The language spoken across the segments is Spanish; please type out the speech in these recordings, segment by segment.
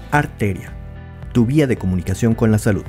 Arteria, tu vía de comunicación con la salud.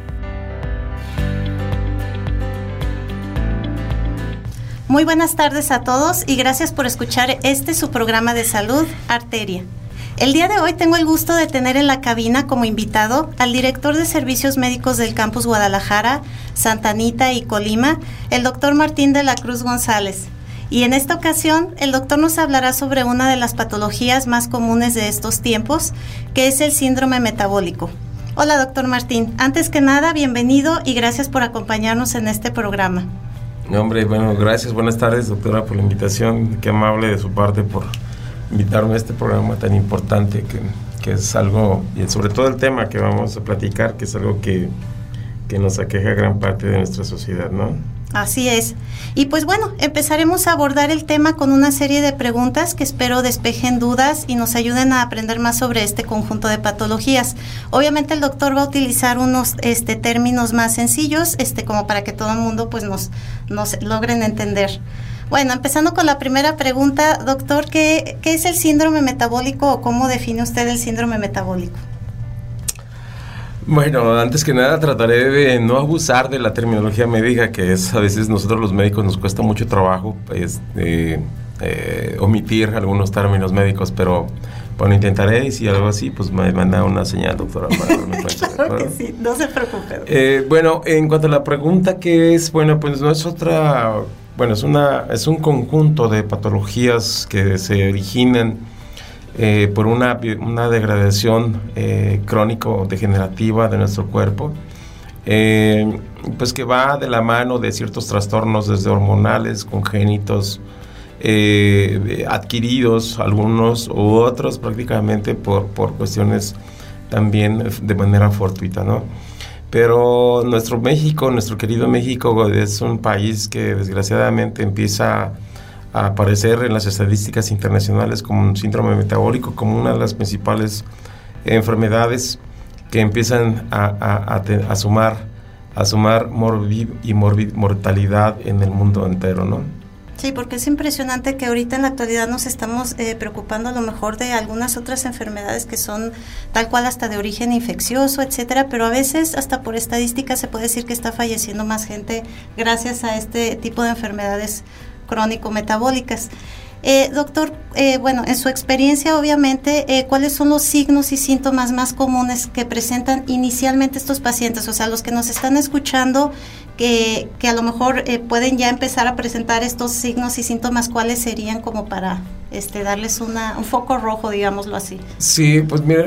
Muy buenas tardes a todos y gracias por escuchar su programa de salud, Arteria. El día de hoy tengo el gusto de tener en la cabina como invitado al director de Servicios Médicos del Campus Guadalajara, Santa Anita y Colima, el doctor Martín de la Cruz González. Y en esta ocasión, el doctor nos hablará sobre una de las patologías más comunes de estos tiempos, que es el síndrome metabólico. Hola, doctor Martín. Antes que nada, bienvenido y gracias por acompañarnos en este programa. No, hombre, bueno, gracias. Buenas tardes, doctora, por la invitación. Qué amable de su parte por invitarme a este programa tan importante que es algo, y sobre todo el tema que vamos a platicar, que es algo que nos aqueja a gran parte de nuestra sociedad, ¿no? Así es. Y pues bueno, empezaremos a abordar el tema con una serie de preguntas que espero despejen dudas y nos ayuden a aprender más sobre este conjunto de patologías. Obviamente el doctor va a utilizar unos términos más sencillos, como para que todo el mundo pues nos logren entender. Bueno, empezando con la primera pregunta, doctor, ¿qué es el síndrome metabólico o cómo define usted el síndrome metabólico? Bueno, antes que nada trataré de no abusar de la terminología médica, que es a veces nosotros los médicos nos cuesta mucho trabajo omitir algunos términos médicos, pero bueno, intentaré y si algo así, pues me manda una señal, doctora. Claro que sí, no se preocupe. Bueno, en cuanto a la pregunta que es, bueno, pues no es otra, bueno, es un conjunto de patologías que se originan por una degradación crónico-degenerativa de nuestro cuerpo, pues que va de la mano de ciertos trastornos desde hormonales, congénitos, adquiridos, algunos u otros prácticamente por cuestiones también de manera fortuita, ¿no? Pero nuestro querido México, es un país que desgraciadamente empieza a aparecer en las estadísticas internacionales como un síndrome metabólico, como una de las principales enfermedades que empiezan a sumar mortalidad en el mundo entero, ¿no? Sí, porque es impresionante que ahorita en la actualidad nos estamos preocupando a lo mejor de algunas otras enfermedades que son tal cual hasta de origen infeccioso, etcétera, pero a veces hasta por estadística se puede decir que está falleciendo más gente gracias a este tipo de enfermedades crónico-metabólicas. Doctor, bueno, en su experiencia obviamente, ¿cuáles son los signos y síntomas más comunes que presentan inicialmente estos pacientes? O sea, los que nos están escuchando que a lo mejor pueden ya empezar a presentar estos signos y síntomas, ¿cuáles serían como para darles un foco rojo, digámoslo así? Sí, pues mire,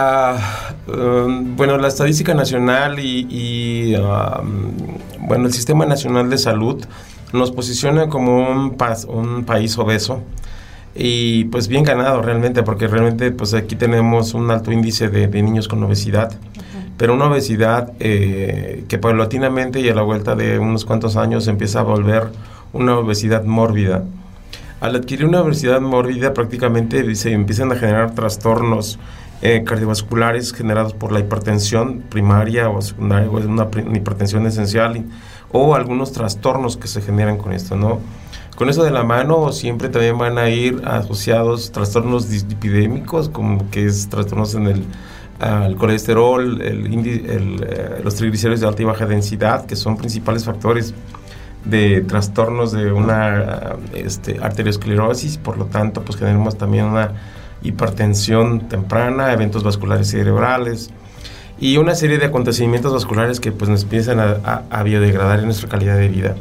bueno, la estadística nacional y bueno, el Sistema Nacional de Salud nos posiciona como un país obeso y pues bien ganado realmente, porque realmente pues aquí tenemos un alto índice de niños con obesidad, pero una obesidad que paulatinamente y a la vuelta de unos cuantos años empieza a volver una obesidad mórbida. Al adquirir una obesidad mórbida prácticamente se empiezan a generar trastornos cardiovasculares generados por la hipertensión primaria o secundaria, o una hipertensión esencial, o algunos trastornos que se generan con esto, ¿no? Con eso de la mano siempre también van a ir asociados trastornos dislipidémicos, como que es trastornos en el colesterol, los triglicéridos de alta y baja densidad, que son principales factores de trastornos de una arteriosclerosis. Por lo tanto, pues generamos también una hipertensión temprana, eventos vasculares cerebrales y una serie de acontecimientos vasculares que pues nos empiezan a biodegradar en nuestra calidad de vida.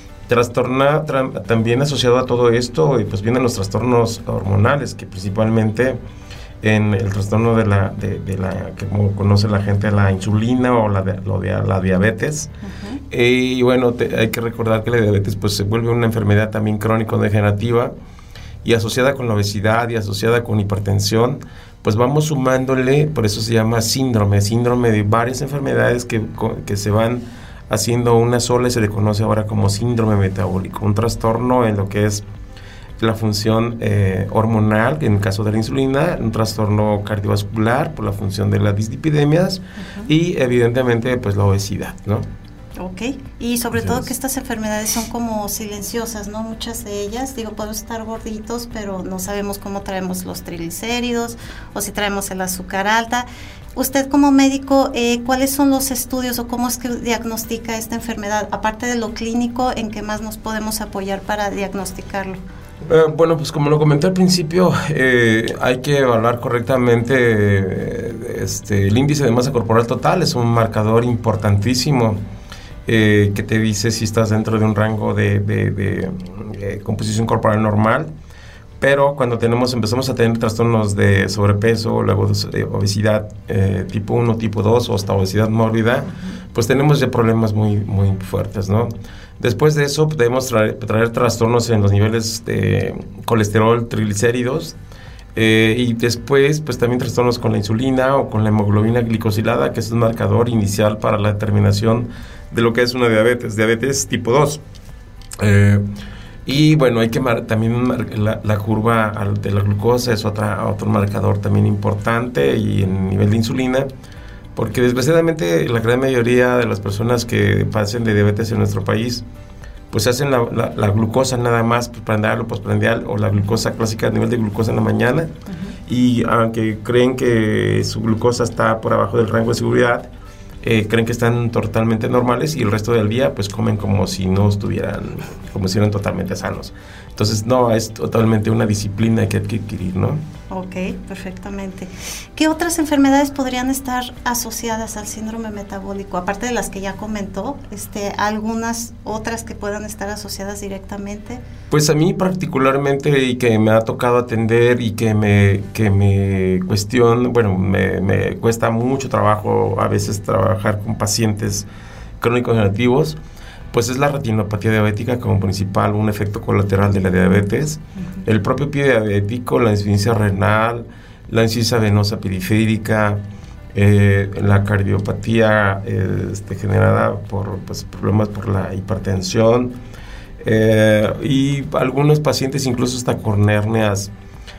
También asociado a todo esto, pues vienen los trastornos hormonales, que principalmente en el trastorno de la que como conoce la gente, la insulina o la diabetes. Y bueno, hay que recordar que la diabetes pues se vuelve una enfermedad también crónico-degenerativa y asociada con la obesidad y asociada con hipertensión, pues vamos sumándole, por eso se llama síndrome de varias enfermedades que se van haciendo una sola y se le conoce ahora como síndrome metabólico, un trastorno en lo que es la función hormonal, en el caso de la insulina, un trastorno cardiovascular por la función de las dislipidemias y evidentemente pues la obesidad, ¿no? Ok, y sobre todo que estas enfermedades son como silenciosas, ¿no? Muchas de ellas, digo, podemos estar gorditos, pero no sabemos cómo traemos los triglicéridos o si traemos el azúcar alta. Usted como médico, ¿cuáles son los estudios o cómo es que diagnostica esta enfermedad? Aparte de lo clínico, ¿en qué más nos podemos apoyar para diagnosticarlo? Bueno, pues como lo comenté al principio, hay que evaluar correctamente el índice de masa corporal total, es un marcador importantísimo que te dice si estás dentro de un rango de composición corporal normal, pero cuando empezamos a tener trastornos de sobrepeso, luego de obesidad tipo 1, tipo 2 o hasta obesidad mórbida, pues tenemos ya problemas muy, muy fuertes, ¿no? Después de eso podemos traer trastornos en los niveles de colesterol, triglicéridos, y después pues también trastornos con la insulina o con la hemoglobina glicosilada, que es un marcador inicial para la determinación de lo que es una diabetes tipo 2. Y bueno, hay que también la curva de la glucosa es otro marcador también importante, y en nivel de insulina, porque desgraciadamente la gran mayoría de las personas que padecen de diabetes en nuestro país pues hacen la glucosa nada más, prandial o postprandial, o la glucosa clásica a nivel de glucosa en la mañana, y aunque creen que su glucosa está por abajo del rango de seguridad, creen que están totalmente normales, y el resto del día pues comen como si no estuvieran, como si eran totalmente sanos. Entonces no, es totalmente una disciplina que hay que adquirir, ¿no? Ok, perfectamente. ¿Qué otras enfermedades podrían estar asociadas al síndrome metabólico? Aparte de las que ya comentó, algunas otras que puedan estar asociadas directamente. Pues a mí particularmente, y que me ha tocado atender y que me cuestiona, bueno, me cuesta mucho trabajo a veces trabajar con pacientes crónicos negativos, pues es la retinopatía diabética como principal, un efecto colateral de la diabetes. El propio pie diabético, la insuficiencia renal, la insuficiencia venosa periférica, la cardiopatía generada por problemas por la hipertensión, y algunos pacientes incluso hasta con hernias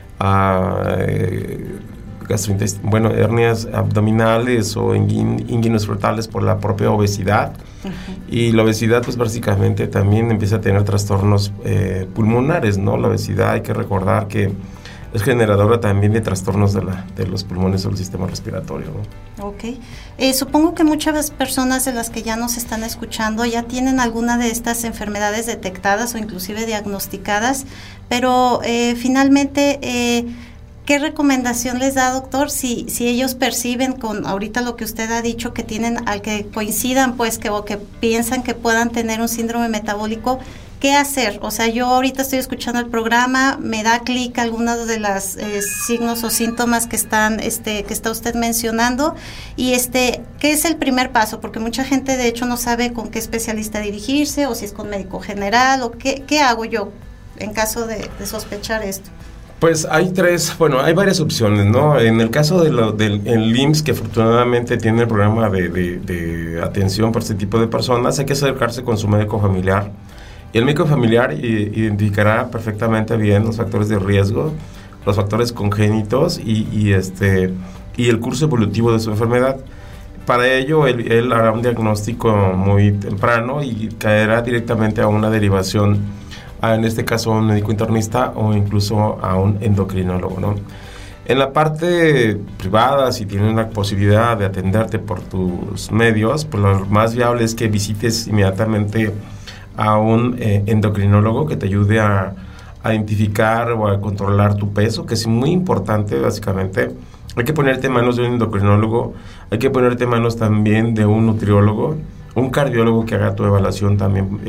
hernias abdominales o inguinos frontales por la propia obesidad. Y la obesidad pues básicamente también empieza a tener trastornos pulmonares, ¿no? La obesidad, hay que recordar que es generadora también de trastornos de los pulmones o el sistema respiratorio, ¿no? Ok. Supongo que muchas personas de las que ya nos están escuchando ya tienen alguna de estas enfermedades detectadas o inclusive diagnosticadas, pero finalmente, ¿qué recomendación les da, doctor, si ellos perciben con ahorita lo que usted ha dicho, que tienen, al que coincidan, pues, o que piensan que puedan tener un síndrome metabólico? ¿Qué hacer? O sea, yo ahorita estoy escuchando el programa, me da clic algunos de los signos o síntomas que está usted mencionando, y ¿qué es el primer paso? Porque mucha gente de hecho no sabe con qué especialista dirigirse, o si es con médico general, o qué hago yo en caso de sospechar esto. Pues hay varias opciones, ¿no? En el caso del IMSS, que afortunadamente tiene el programa de atención para este tipo de personas, hay que acercarse con su médico familiar. Y el médico familiar identificará perfectamente bien los factores de riesgo, los factores congénitos y el curso evolutivo de su enfermedad. Para ello, él hará un diagnóstico muy temprano y caerá directamente a una derivación, en este caso a un médico internista o incluso a un endocrinólogo, ¿no? En la parte privada, si tienes la posibilidad de atenderte por tus medios, pues lo más viable es que visites inmediatamente a un endocrinólogo que te ayude a identificar o a controlar tu peso, que es muy importante. Básicamente hay que ponerte en manos de un endocrinólogo, hay que ponerte en manos también de un nutriólogo, un cardiólogo que haga tu evaluación también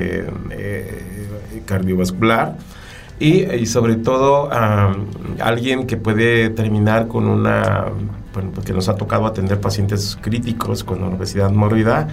cardiovascular, y sobre todo alguien que puede terminar con porque nos ha tocado atender pacientes críticos con obesidad mórbida,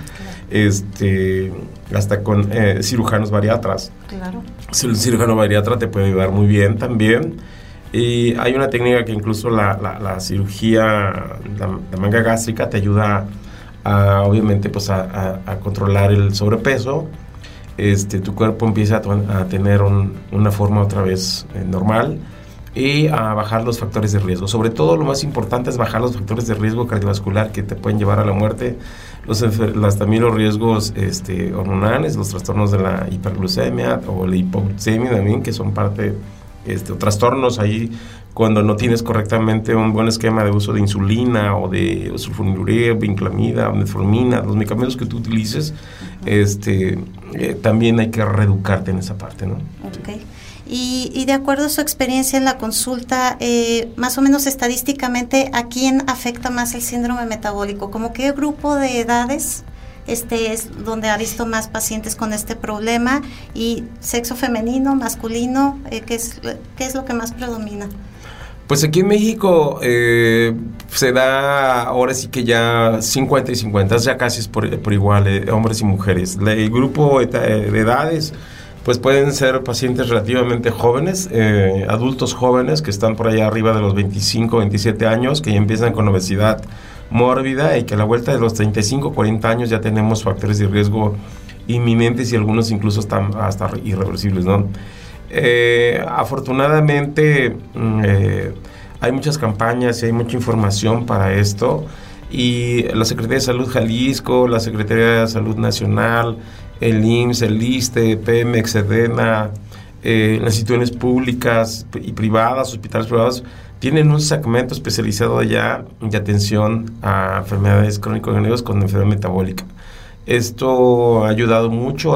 hasta con cirujanos bariatras. Claro. El cirujano bariatra te puede ayudar muy bien también. Y hay una técnica que incluso la cirugía, la manga gástrica, te ayuda obviamente pues a controlar el sobrepeso. Tu cuerpo empieza a tener una forma otra vez normal. y a bajar los factores de riesgo. Sobre todo lo más importante es bajar los factores de riesgo cardiovascular que te pueden llevar a la muerte, también los riesgos hormonales, los trastornos de la hiperglucemia o la hipoglucemia también, que son parte o trastornos ahí cuando no tienes correctamente un buen esquema de uso de insulina o de sulfonilurea, vinclamida, metformina, los medicamentos que tú utilices, también hay que reeducarte en esa parte, ¿no? Okay. Y de acuerdo a su experiencia en la consulta, más o menos estadísticamente, ¿a quién afecta más el síndrome metabólico? ¿Cómo qué grupo de edades es donde ha visto más pacientes con este problema? ¿Y sexo femenino, masculino? ¿Qué es lo que más predomina? Pues aquí en México se da ahora sí que ya 50 y 50, ya casi es por igual, hombres y mujeres. El grupo de edades pues pueden ser pacientes relativamente jóvenes, adultos jóvenes que están por allá arriba de los 25, 27 años, que ya empiezan con obesidad mórbida y que a la vuelta de los 35, 40 años ya tenemos factores de riesgo inminentes y algunos incluso están hasta irreversibles, ¿no? Afortunadamente hay muchas campañas y hay mucha información para esto, y la Secretaría de Salud Jalisco, la Secretaría de Salud Nacional, el IMSS, el ISSSTE, Pemex, Sedena, las instituciones públicas y privadas, hospitales privados, tienen un segmento especializado ya de atención a enfermedades crónico-degenerativas con enfermedad metabólica. Esto ha ayudado mucho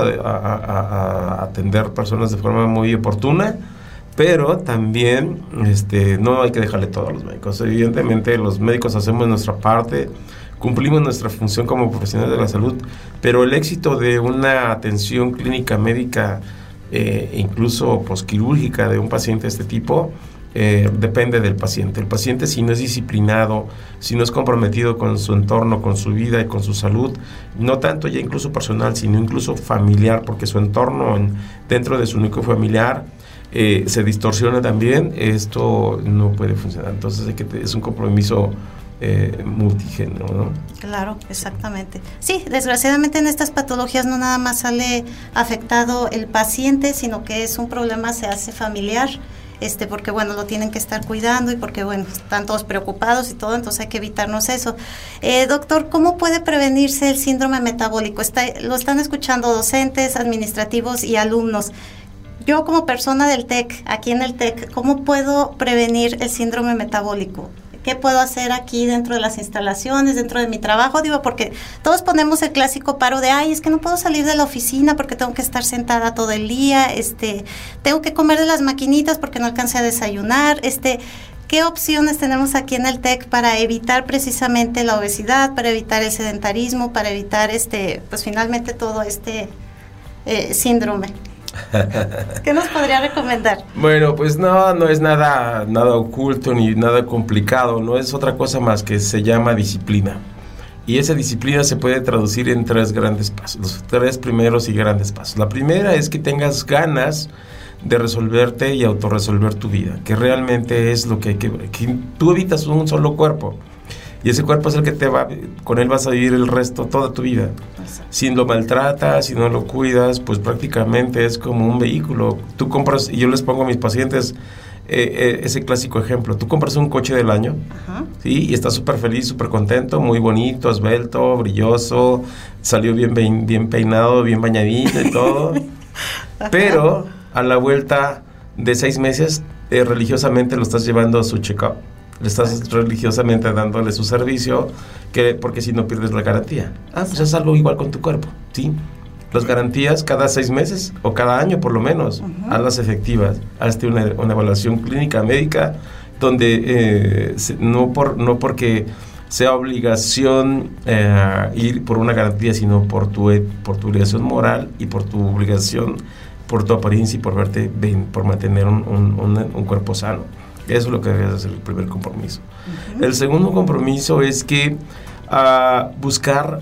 a atender personas de forma muy oportuna, pero también no hay que dejarle todo a los médicos. Evidentemente los médicos hacemos nuestra parte, cumplimos nuestra función como profesionales de la salud, pero el éxito de una atención clínica médica, incluso posquirúrgica de un paciente de este tipo, depende del paciente. El paciente, si no es disciplinado, si no es comprometido con su entorno, con su vida y con su salud, no tanto ya incluso personal, sino incluso familiar, porque su entorno dentro de su núcleo familiar se distorsiona también, esto no puede funcionar. Entonces es un compromiso multigénero, ¿no? Claro, exactamente. Sí, desgraciadamente en estas patologías no nada más sale afectado el paciente, sino que es un problema, se hace familiar, porque bueno, lo tienen que estar cuidando y porque bueno, están todos preocupados y todo, entonces hay que evitarnos eso. Doctor, ¿cómo puede prevenirse el síndrome metabólico? Lo están escuchando docentes, administrativos y alumnos. Yo como persona del TEC, aquí en el TEC, ¿cómo puedo prevenir el síndrome metabólico? ¿Qué puedo hacer aquí dentro de las instalaciones, dentro de mi trabajo? Digo, porque todos ponemos el clásico paro de, es que no puedo salir de la oficina porque tengo que estar sentada todo el día, tengo que comer de las maquinitas porque no alcancé a desayunar, ¿qué opciones tenemos aquí en el TEC para evitar precisamente la obesidad, para evitar el sedentarismo, para evitar pues finalmente todo síndrome? ¿Qué nos podría recomendar? Bueno, pues no es nada oculto ni nada complicado, no es otra cosa más que se llama disciplina. Y esa disciplina se puede traducir en 3 grandes pasos, los 3 primeros y grandes pasos. La primera es que tengas ganas de resolverte y autorresolver tu vida, que realmente es lo que hay que tú habitas un solo cuerpo. Y ese cuerpo es el que con él vas a vivir el resto, toda tu vida. Si lo maltratas, si no lo cuidas, pues prácticamente es como un vehículo. Tú compras, y yo les pongo a mis pacientes ese clásico ejemplo. Tú compras un coche del año, ¿sí? Y estás súper feliz, súper contento, muy bonito, esbelto, brilloso, salió bien peinado, bien bañadito y todo. Pero a la vuelta de 6 meses, religiosamente lo estás llevando a su check-up. Le estás religiosamente dándole su servicio, porque si no pierdes la garantía. Pues es algo igual con tu cuerpo, ¿sí? Las garantías cada 6 meses o cada año por lo menos, hazlas efectivas. Hazte una evaluación clínica médica donde no porque sea obligación ir por una garantía, sino por tu obligación moral y por tu obligación, por tu apariencia y por mantener un cuerpo sano. Eso es lo que debes hacer, el primer compromiso. El segundo compromiso es que buscar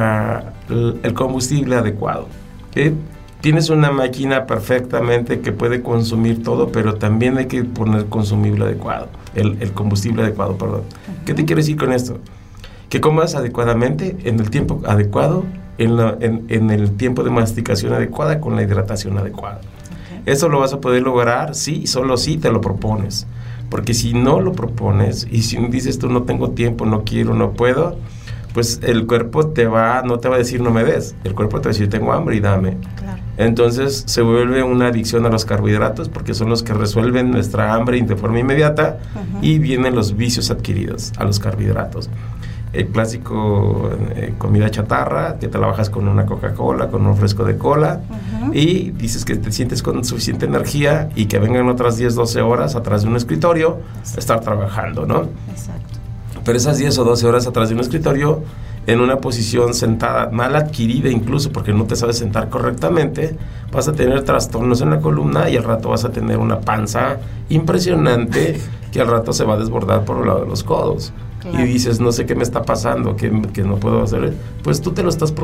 el combustible adecuado. Tienes una máquina perfectamente que puede consumir todo, pero también hay que poner consumible adecuado, el combustible adecuado, perdón. ¿Qué te quiero decir con esto? Que comas adecuadamente, en el tiempo adecuado, en el tiempo de masticación adecuada, con la hidratación adecuada. Eso lo vas a poder lograr solo si te lo propones. porque si no lo propones y si dices tú no tengo tiempo, no quiero, no puedo, pues el cuerpo no te va a decir no me des, el cuerpo te va a decir tengo hambre y dame. Claro. Entonces se vuelve una adicción a los carbohidratos porque son los que resuelven nuestra hambre de forma inmediata, y vienen los vicios adquiridos a los carbohidratos. El clásico comida chatarra, que te la bajas con una Coca-Cola, con un refresco de cola, y dices que te sientes con suficiente energía y que vengan otras 10, 12 horas atrás de un escritorio a estar trabajando, ¿no? Exacto. Pero esas 10 o 12 horas atrás de un escritorio, en una posición sentada mal adquirida incluso porque no te sabes sentar correctamente, vas a tener trastornos en la columna y al rato vas a tener una panza impresionante que al rato se va a desbordar por el lado de los codos. Claro. Y dices, no sé qué me está pasando, que no puedo hacer. Pues tú te lo estás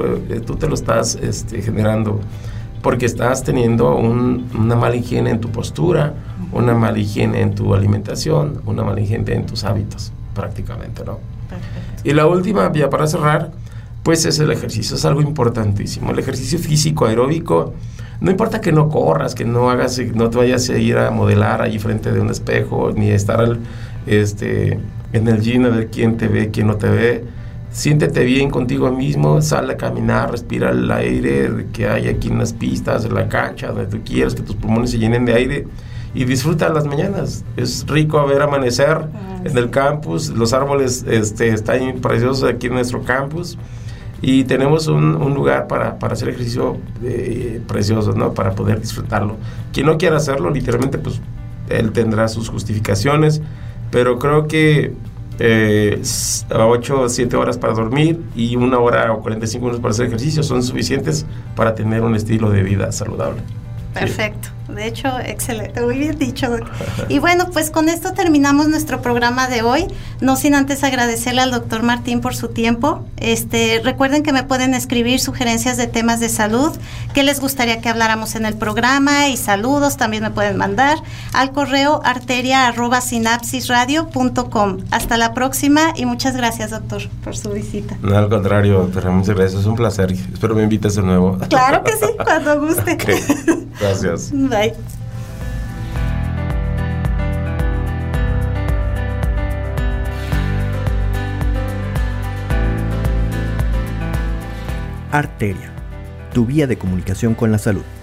generando porque estás teniendo una mala higiene en tu postura, una mala higiene en tu alimentación, una mala higiene en tus hábitos, prácticamente, ¿no? Perfecto. Y la última, ya para cerrar, pues es el ejercicio, es algo importantísimo. El ejercicio físico aeróbico, no importa que no corras, que no te vayas a ir a modelar ahí frente de un espejo, ni estar en el gym a ver quién te ve, quién no te ve. Siéntete bien contigo mismo, sal a caminar, respira el aire que hay aquí en las pistas, en la cancha, donde tú quieras, que tus pulmones se llenen de aire y disfruta las mañanas. Es rico ver amanecer en el campus, los árboles están preciosos aquí en nuestro campus y tenemos un lugar para hacer ejercicio precioso, ¿no? Para poder disfrutarlo. Quien no quiera hacerlo, literalmente, pues él tendrá sus justificaciones, pero creo que 8 o 7 horas para dormir y 1 hora o 45 minutos para hacer ejercicio son suficientes para tener un estilo de vida saludable. Perfecto. De hecho, excelente, muy bien dicho. Y bueno, pues con esto terminamos nuestro programa de hoy, no sin antes agradecerle al doctor Martín por su tiempo. Recuerden que me pueden escribir sugerencias de temas de salud, que les gustaría que habláramos en el programa, y saludos también me pueden mandar al correo arteria@sinapsisradio.com. Hasta la próxima y muchas gracias, doctor, por su visita. No, al contrario, pero muchas gracias, es un placer. Espero me invites de nuevo. Claro que sí, cuando guste. Okay. Gracias. Bye. Arteria, tu vía de comunicación con la salud.